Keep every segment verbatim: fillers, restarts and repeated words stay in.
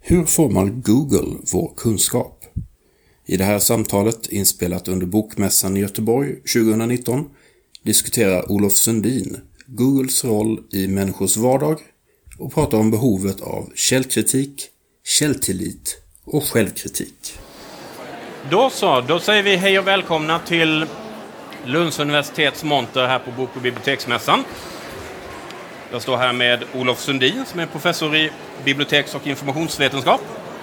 Hur formar Google vår kunskap? I det här samtalet, inspelat under Bokmässan i Göteborg tjugonitton, diskuterar Olof Sundin Googles roll i människors vardag och pratar om behovet av källkritik, källtillit och självkritik. Då så, då säger vi hej och välkomna till Lunds universitets monter här på Bok- och biblioteksmässan. Jag står här med Olof Sundin som är professor i biblioteks- och informationsvetenskap.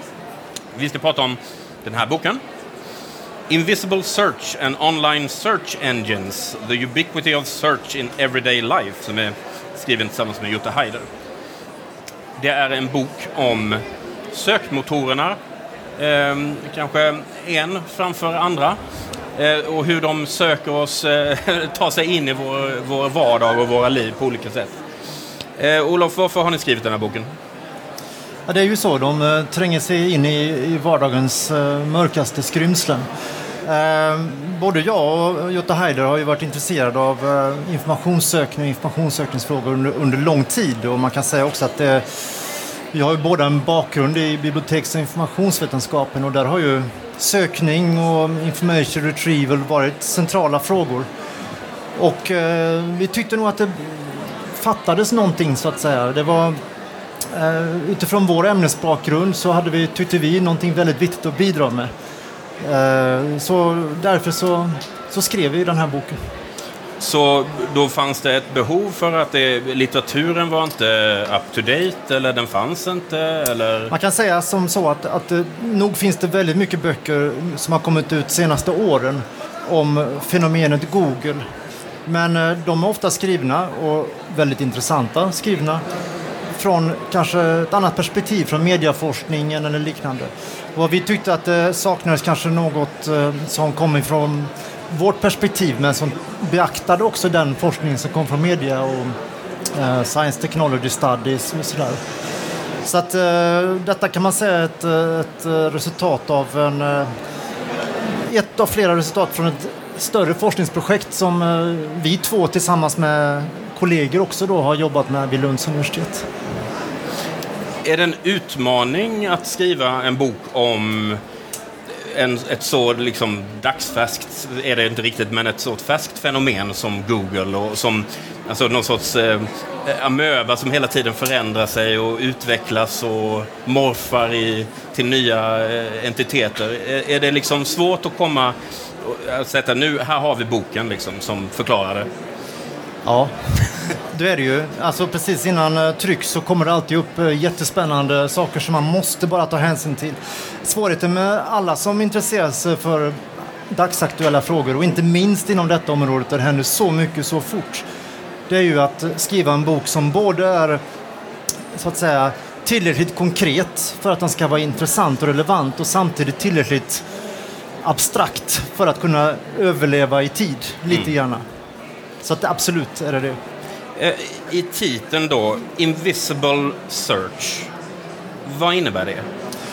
Vi ska prata om den här boken. Invisible Search and Online Search Engines, The Ubiquity of Search in Everyday Life, som är skriven tillsammans med Jutta Heider. Det är en bok om sökmotorerna, eh, kanske en framför andra, eh, och hur de söker oss, eh, ta sig in i vår, vår vardag och våra liv på olika sätt. Eh, Olof, varför har ni skrivit den här boken? Ja, det är ju så. De uh, tränger sig in i, i vardagens uh, mörkaste skrymslen. Uh, både jag och Jutta Heider har ju varit intresserade av uh, informationssökning och informationssökningsfrågor under, under lång tid. Och man kan säga också att uh, vi har ju båda en bakgrund i biblioteks- och informationsvetenskapen. Och där har ju sökning och information retrieval varit centrala frågor. Och uh, vi tyckte nog att det fattades någonting, så att säga. Det var... Uh, utifrån vår ämnesbakgrund så hade vi, tyckte vi, någonting väldigt viktigt att bidra med. Uh, så därför så, så skrev vi den här boken. Så då fanns det ett behov för att det, litteraturen var inte up to date, eller den fanns inte? Eller? Man kan säga som så att, att nog finns det väldigt mycket böcker som har kommit ut senaste åren om fenomenet Google. Men uh, de är ofta skrivna och väldigt intressanta skrivna från kanske ett annat perspektiv, från mediaforskningen eller liknande. Och vi tyckte att det saknades kanske något eh, som kom ifrån vårt perspektiv, men som beaktade också den forskning som kom från media och eh, science technology studies och sådär. Så att eh, detta kan man säga är ett, ett resultat av en, eh, ett av flera resultat från ett större forskningsprojekt som eh, vi två tillsammans med kollegor också då har jobbat med vid Lunds universitet. Är det en utmaning att skriva en bok om en, ett så liksom dagsfärskt, är det inte riktigt, men ett så färskt fenomen som Google, och som alltså någon sorts eh, amöba som hela tiden förändrar sig och utvecklas och morfar i, till nya eh, entiteter. Är, är det liksom svårt att komma och sätta, nu här har vi boken liksom som förklarar det? Ja, det är det ju. Alltså precis innan tryck så kommer det alltid upp jättespännande saker som man måste bara ta hänsyn till. Svårigheten med alla som intresserar sig för dagsaktuella frågor, och inte minst inom detta området där det händer så mycket så fort, det är ju att skriva en bok som både är, så att säga, tillräckligt konkret för att den ska vara intressant och relevant, och samtidigt tillräckligt abstrakt för att kunna överleva i tid lite mm. grann. Så att absolut är det det. I titeln då, Invisible Search, vad innebär det?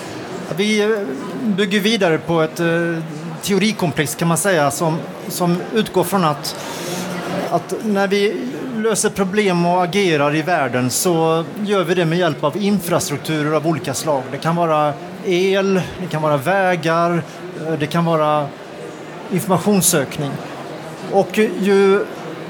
Vi bygger vidare på ett teorikomplex, kan man säga, som, som utgår från att, att när vi löser problem och agerar i världen så gör vi det med hjälp av infrastrukturer av olika slag. Det kan vara el, det kan vara vägar, det kan vara informationssökning. Och ju,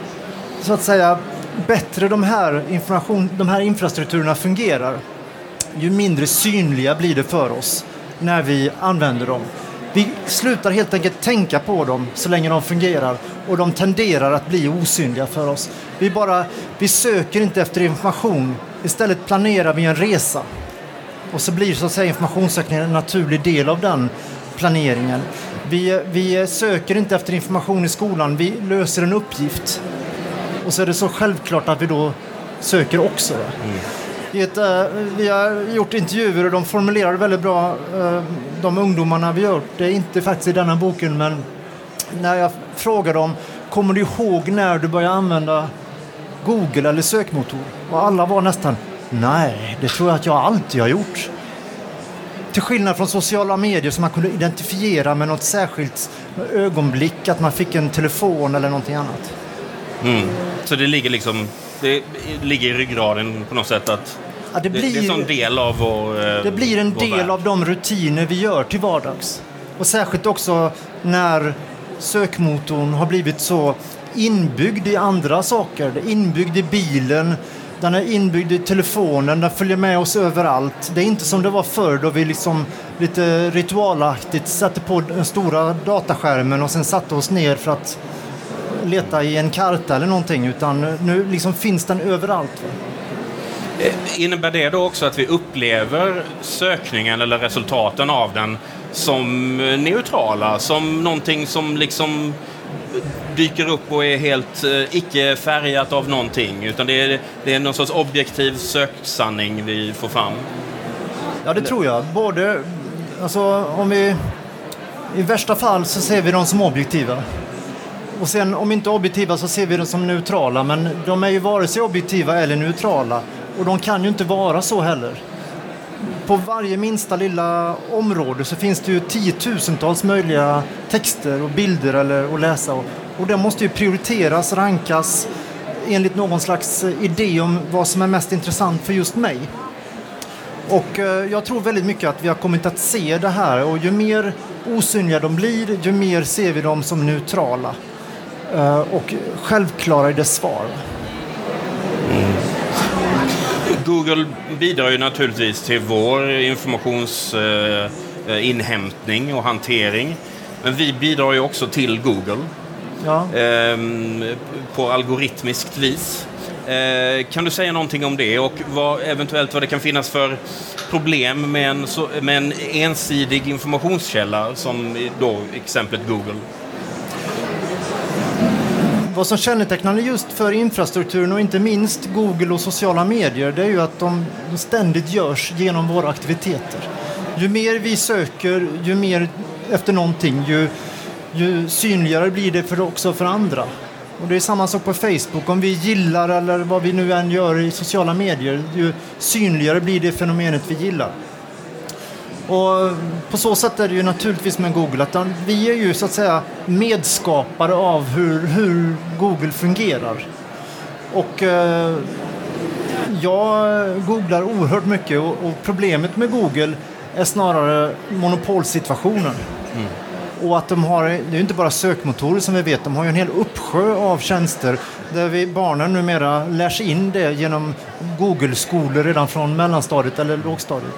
så att säga, bättre de här, information, de här infrastrukturerna fungerar, ju mindre synliga blir det för oss när vi använder dem. Vi slutar helt enkelt tänka på dem så länge de fungerar, och de tenderar att bli osynliga för oss. Vi, bara, vi söker inte efter information, istället planerar vi en resa. Och så blir, så att säga, informationssökningen en naturlig del av den planeringen. Vi, vi söker inte efter information i skolan, vi löser en uppgift. Och så är det så självklart att vi då söker också. Mm. Ett, uh, vi har gjort intervjuer och de formulerar väldigt bra, uh, de ungdomarna vi gör. Det är inte faktiskt i denna boken, men när jag frågar dem, kommer du ihåg när du började använda Google eller sökmotor? Och alla var nästan, nej, det tror jag att jag alltid har gjort. Till skillnad från sociala medier som man kunde identifiera med något särskilt ögonblick, att man fick en telefon eller någonting annat. Mm. Så det ligger liksom, det ligger i ryggraden på något sätt att Ja, det, blir, det, det är en sån del av vår eh, Det blir en del värld. av de rutiner vi gör till vardags. Och särskilt också när sökmotorn har blivit så inbyggd i andra saker. Det är inbyggd i bilen, den är inbyggd i telefonen, den följer med oss överallt. Det är inte som det var förr då vi liksom lite ritualaktigt satte på den stora dataskärmen och sen satte oss ner för att leta i en karta eller någonting, utan nu liksom finns den överallt. Innebär det då också att vi upplever sökningen eller resultaten av den som neutrala, som någonting som liksom dyker upp och är helt eh, icke färgat av någonting, utan det är, det är någon sorts objektiv söksanning vi får fram? Ja, det tror jag. Både, alltså, om vi, i värsta fall så ser vi dem som objektiva. Och sen om inte objektiva så ser vi dem som neutrala, men de är ju vare sig objektiva eller neutrala. Och de kan ju inte vara så heller. På varje minsta lilla område så finns det ju tiotusentals möjliga texter och bilder eller att läsa. Och det måste ju prioriteras, rankas enligt någon slags idé om vad som är mest intressant för just mig. Och jag tror väldigt mycket att vi har kommit att se det här. Och ju mer osynliga de blir, ju mer ser vi dem som neutrala. Och självklara i dess svar. Mm. Google bidrar ju naturligtvis till vår informationsinhämtning och hantering. Men vi bidrar ju också till Google. Ja. På algoritmiskt vis. Kan du säga någonting om det och vad, eventuellt vad det kan finnas för problem med en, med en ensidig informationskälla som då exemplet Google? Vad som kännetecknar just för infrastrukturen och inte minst Google och sociala medier, det är ju att de ständigt görs genom våra aktiviteter. Ju mer vi söker, ju mer efter någonting, ju, ju synligare blir det för också för andra. Och det är samma sak på Facebook. Om vi gillar eller vad vi nu än gör i sociala medier, ju synligare blir det fenomenet vi gillar. Och på så sätt är det ju naturligtvis med Google att vi är ju så att säga medskapare av hur, hur Google fungerar. Och eh, jag googlar oerhört mycket och, och problemet med Google är snarare monopolsituationen. Mm. Och att de har, det är ju inte bara sökmotorer som vi vet, de har ju en hel uppsjö av tjänster där vi barnen numera lär sig in det genom Google-skolor redan från mellanstadiet eller lågstadiet.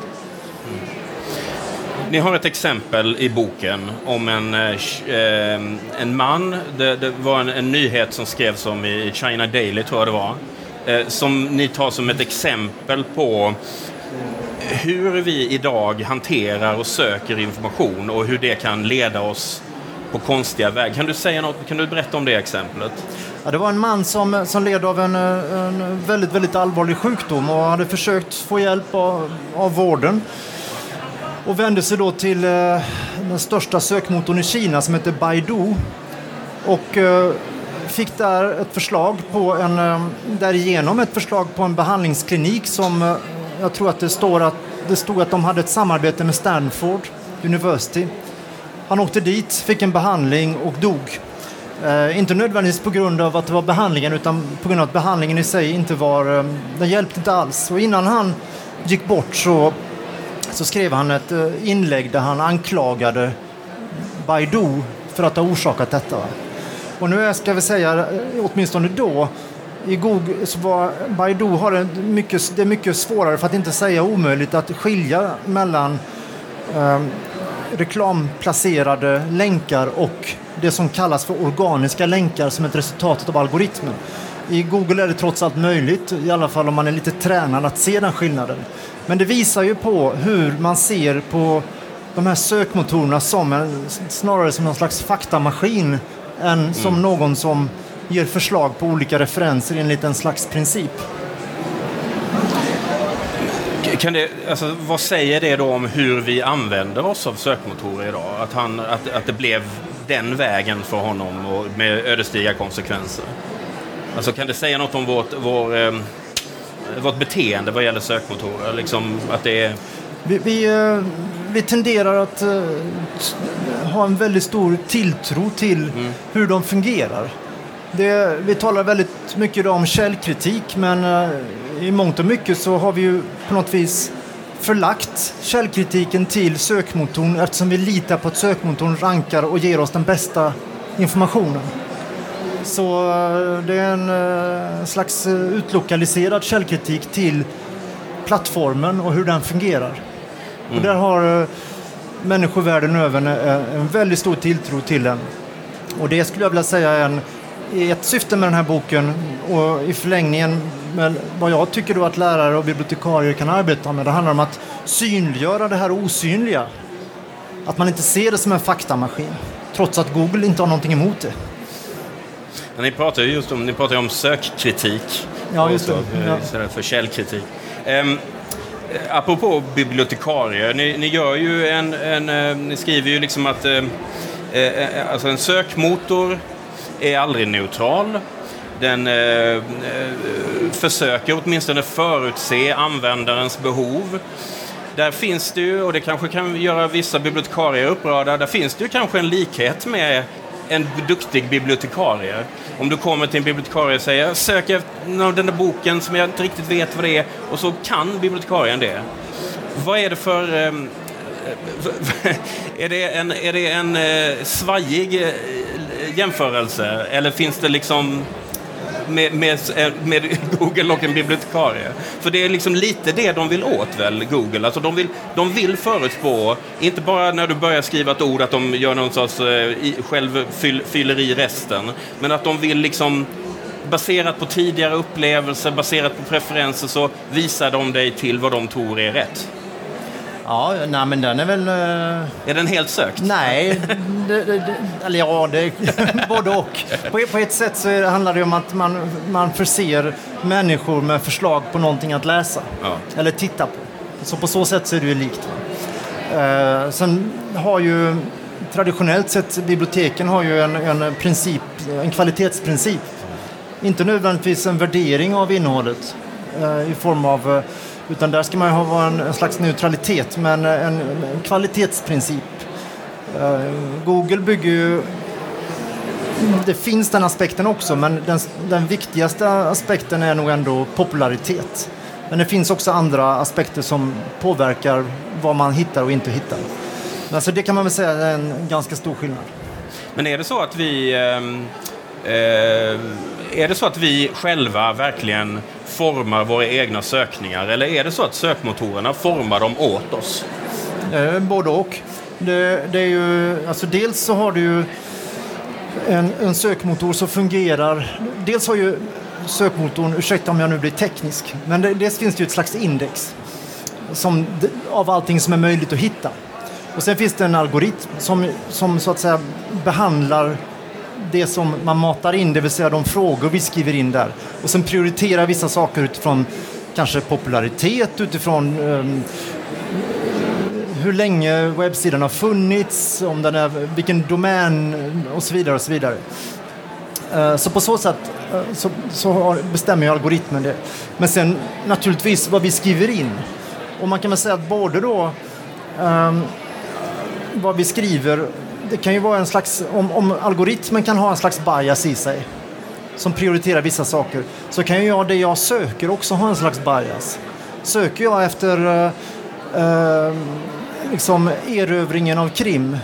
Ni har ett exempel i boken om en, eh, en man, det, det var en, en nyhet som skrevs om i China Daily tror jag det var, eh, som ni tar som ett exempel på hur vi idag hanterar och söker information och hur det kan leda oss på konstiga vägar. Kan du säga något, kan du berätta om det exemplet? Ja, det var en man som, som led av en, en väldigt, väldigt allvarlig sjukdom och hade försökt få hjälp av, av vården. Och vände sig då till eh, den största sökmotorn i Kina som heter Baidu. Och eh, fick där ett förslag på en, eh, därigenom ett förslag på en behandlingsklinik som eh, jag tror att det står att det stod att de hade ett samarbete med Stanford University. Han åkte dit, fick en behandling och dog. Eh, inte nödvändigtvis på grund av att det var behandlingen utan på grund av att behandlingen i sig inte var, eh, den hjälpte inte alls. Och innan han gick bort så så skrev han ett inlägg där han anklagade Baidu för att ha orsakat detta. Och nu ska vi säga, åtminstone då, i Google så var Baidu har det mycket, det är mycket svårare, för att inte säga omöjligt, att skilja mellan eh, reklamplacerade länkar och det som kallas för organiska länkar som ett resultat av algoritmen. I Google är det trots allt möjligt, i alla fall om man är lite tränad, att se den skillnaden. Men det visar ju på hur man ser på de här sökmotorerna som en, snarare som någon slags faktamaskin än mm. som någon som ger förslag på olika referenser enligt en slags princip. Kan det, alltså, vad säger det då om hur vi använder oss av sökmotorer idag? Att, han, att, att det blev den vägen för honom och med ödesdigra konsekvenser? Alltså, kan det säga något om vårt, vår, eh, vårt beteende vad gäller sökmotorer? Liksom att det är... vi, vi, vi tenderar att ha en väldigt stor tilltro till mm. hur de fungerar. Det, vi talar väldigt mycket idag om källkritik, men uh, i mångt och mycket så har vi ju på något vis förlagt källkritiken till sökmotorn eftersom vi litar på att sökmotorn rankar och ger oss den bästa informationen. Så uh, det är en uh, slags uh, utlokaliserad källkritik till plattformen och hur den fungerar. Mm. Och där har uh, människor världen över en, en väldigt stor tilltro till den. Och det skulle jag vilja säga är en, ett syfte med den här boken och i förlängningen med vad jag tycker då att lärare och bibliotekarier kan arbeta med. Det handlar om att synliggöra det här osynliga. Att man inte ser det som en faktamaskin trots att Google inte har någonting emot det. Men ni pratar ju just om, ni pratar om sökkritik. Ja, just det. Ja. Istället för källkritik. Um, apropå bibliotekarier, ni, ni gör ju en, en ni skriver ju liksom att eh, alltså en sökmotor är aldrig neutral. Den eh, försöker åtminstone förutse användarens behov. Där finns det ju, och det kanske kan göra vissa bibliotekarier upprörda, där finns det ju kanske en likhet med en duktig bibliotekarie. Om du kommer till en bibliotekarie och säger sök efter den där boken som jag inte riktigt vet vad det är, och så kan bibliotekarien det. Vad är det för... Eh, är det en, är det en eh, svajig eh, jämförelse? Eller finns det liksom med, med, med Google och en bibliotekarie? För det är liksom lite det de vill åt väl, Google. Alltså de vill, de vill förutspå, inte bara när du börjar skriva ett ord att de gör någon sorts eh, självfylleri resten, men att de vill liksom baserat på tidigare upplevelser, baserat på preferenser, så visar de dig till vad de tror är rätt. Ja, nej, men den är väl... Uh... Är den helt sökt? Nej, det, det, det, eller ja, det är både och. På, på ett sätt så är, handlar det om att man, man förser människor med förslag på någonting att läsa. Ja. Eller titta på. Så på så sätt så är det ju likt. Uh, sen har ju traditionellt sett biblioteken har ju en, en princip, en kvalitetsprincip. Inte nödvändigtvis en värdering av innehållet uh, i form av... Uh, utan där ska man ju ha en, en slags neutralitet, men en, en kvalitetsprincip. Uh, Google bygger ju... Det finns den aspekten också, men den, den viktigaste aspekten är nog ändå popularitet. Men det finns också andra aspekter som påverkar vad man hittar och inte hittar. Alltså det kan man väl säga är en ganska stor skillnad. Men är det så att vi... Eh, eh, är det så att vi själva verkligen formar våra egna sökningar, eller är det så att sökmotorerna formar dem åt oss? Eh, både och. Det, det är ju, alltså dels så har du ju en, en sökmotor som fungerar. Dels har ju sökmotorn, ursäkta om jag nu blir teknisk, men det, dels finns det ju ett slags index som, av allting som är möjligt att hitta. Och sen finns det en algoritm som, som så att säga behandlar det som man matar in, det vill säga de frågor vi skriver in där. Och sen prioriterar vissa saker utifrån kanske popularitet, utifrån um, hur länge webbsidan har funnits, om den är, vilken domän och så vidare och så vidare. Uh, så på så sätt uh, så, så har, bestämmer ju algoritmen det. Men sen naturligtvis vad vi skriver in. Och man kan väl säga att både då um, vad vi skriver, det kan ju vara en slags, om, om algoritmen kan ha en slags bias i sig som prioriterar vissa saker, så kan ju jag, det jag söker också ha en slags bias. Söker jag efter uh, uh, liksom erövringen av Krim,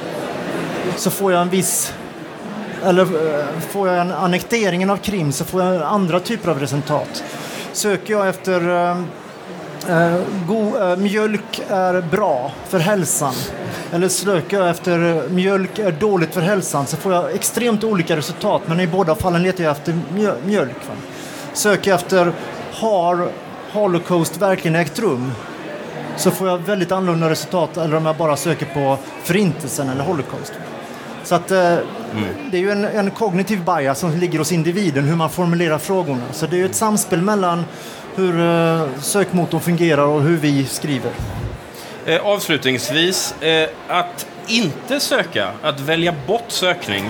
så får jag en viss, eller uh, får jag en annekteringen av Krim, så får jag andra typer av resultat. Söker jag efter uh, uh, go, uh, mjölk är bra för hälsan, eller söker jag efter mjölk är dåligt för hälsan, så får jag extremt olika resultat, men i båda fallen letar jag efter mjölk. Va? Söker jag efter har Holocaust verkligen ägt rum, så får jag väldigt annorlunda resultat, eller om jag bara söker på förintelsen eller Holocaust. Så att, eh, mm. det är ju en, en kognitiv bias som ligger hos individen, hur man formulerar frågorna. Så det är ju ett samspel mellan hur eh, sökmotorn fungerar och hur vi skriver. Eh, avslutningsvis, eh, att inte söka, att välja bort sökning,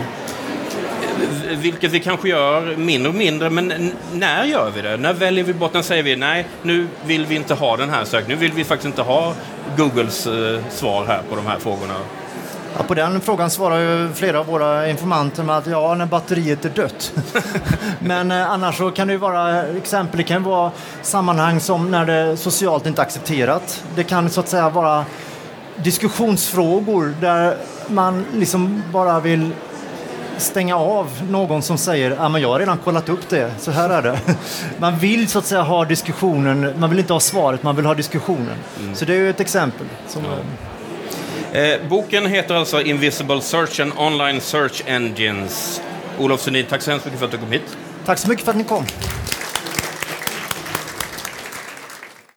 eh, vilket vi kanske gör mindre och mindre, men n- när gör vi det? När väljer vi bort, när säger vi nej, nu vill vi inte ha den här sökningen, nu vill vi faktiskt inte ha Googles eh, svar här på de här frågorna. Ja, på den frågan svarar ju flera av våra informanter med att ja, när batteriet är dött. Men eh, annars så kan det ju vara exempel, det kan vara sammanhang som när det är socialt inte accepterat. Det kan så att säga vara diskussionsfrågor där man liksom bara vill stänga av någon som säger ja, men jag har redan kollat upp det, så här är det. Man vill så att säga ha diskussionen, man vill inte ha svaret, man vill ha diskussionen. Mm. Så det är ju ett exempel. Som ja. eh, boken heter alltså Invisible Search and Online Search Engines. Olof Sundin, tack så hemskt mycket för att du kom hit. Tack så mycket för att ni kom.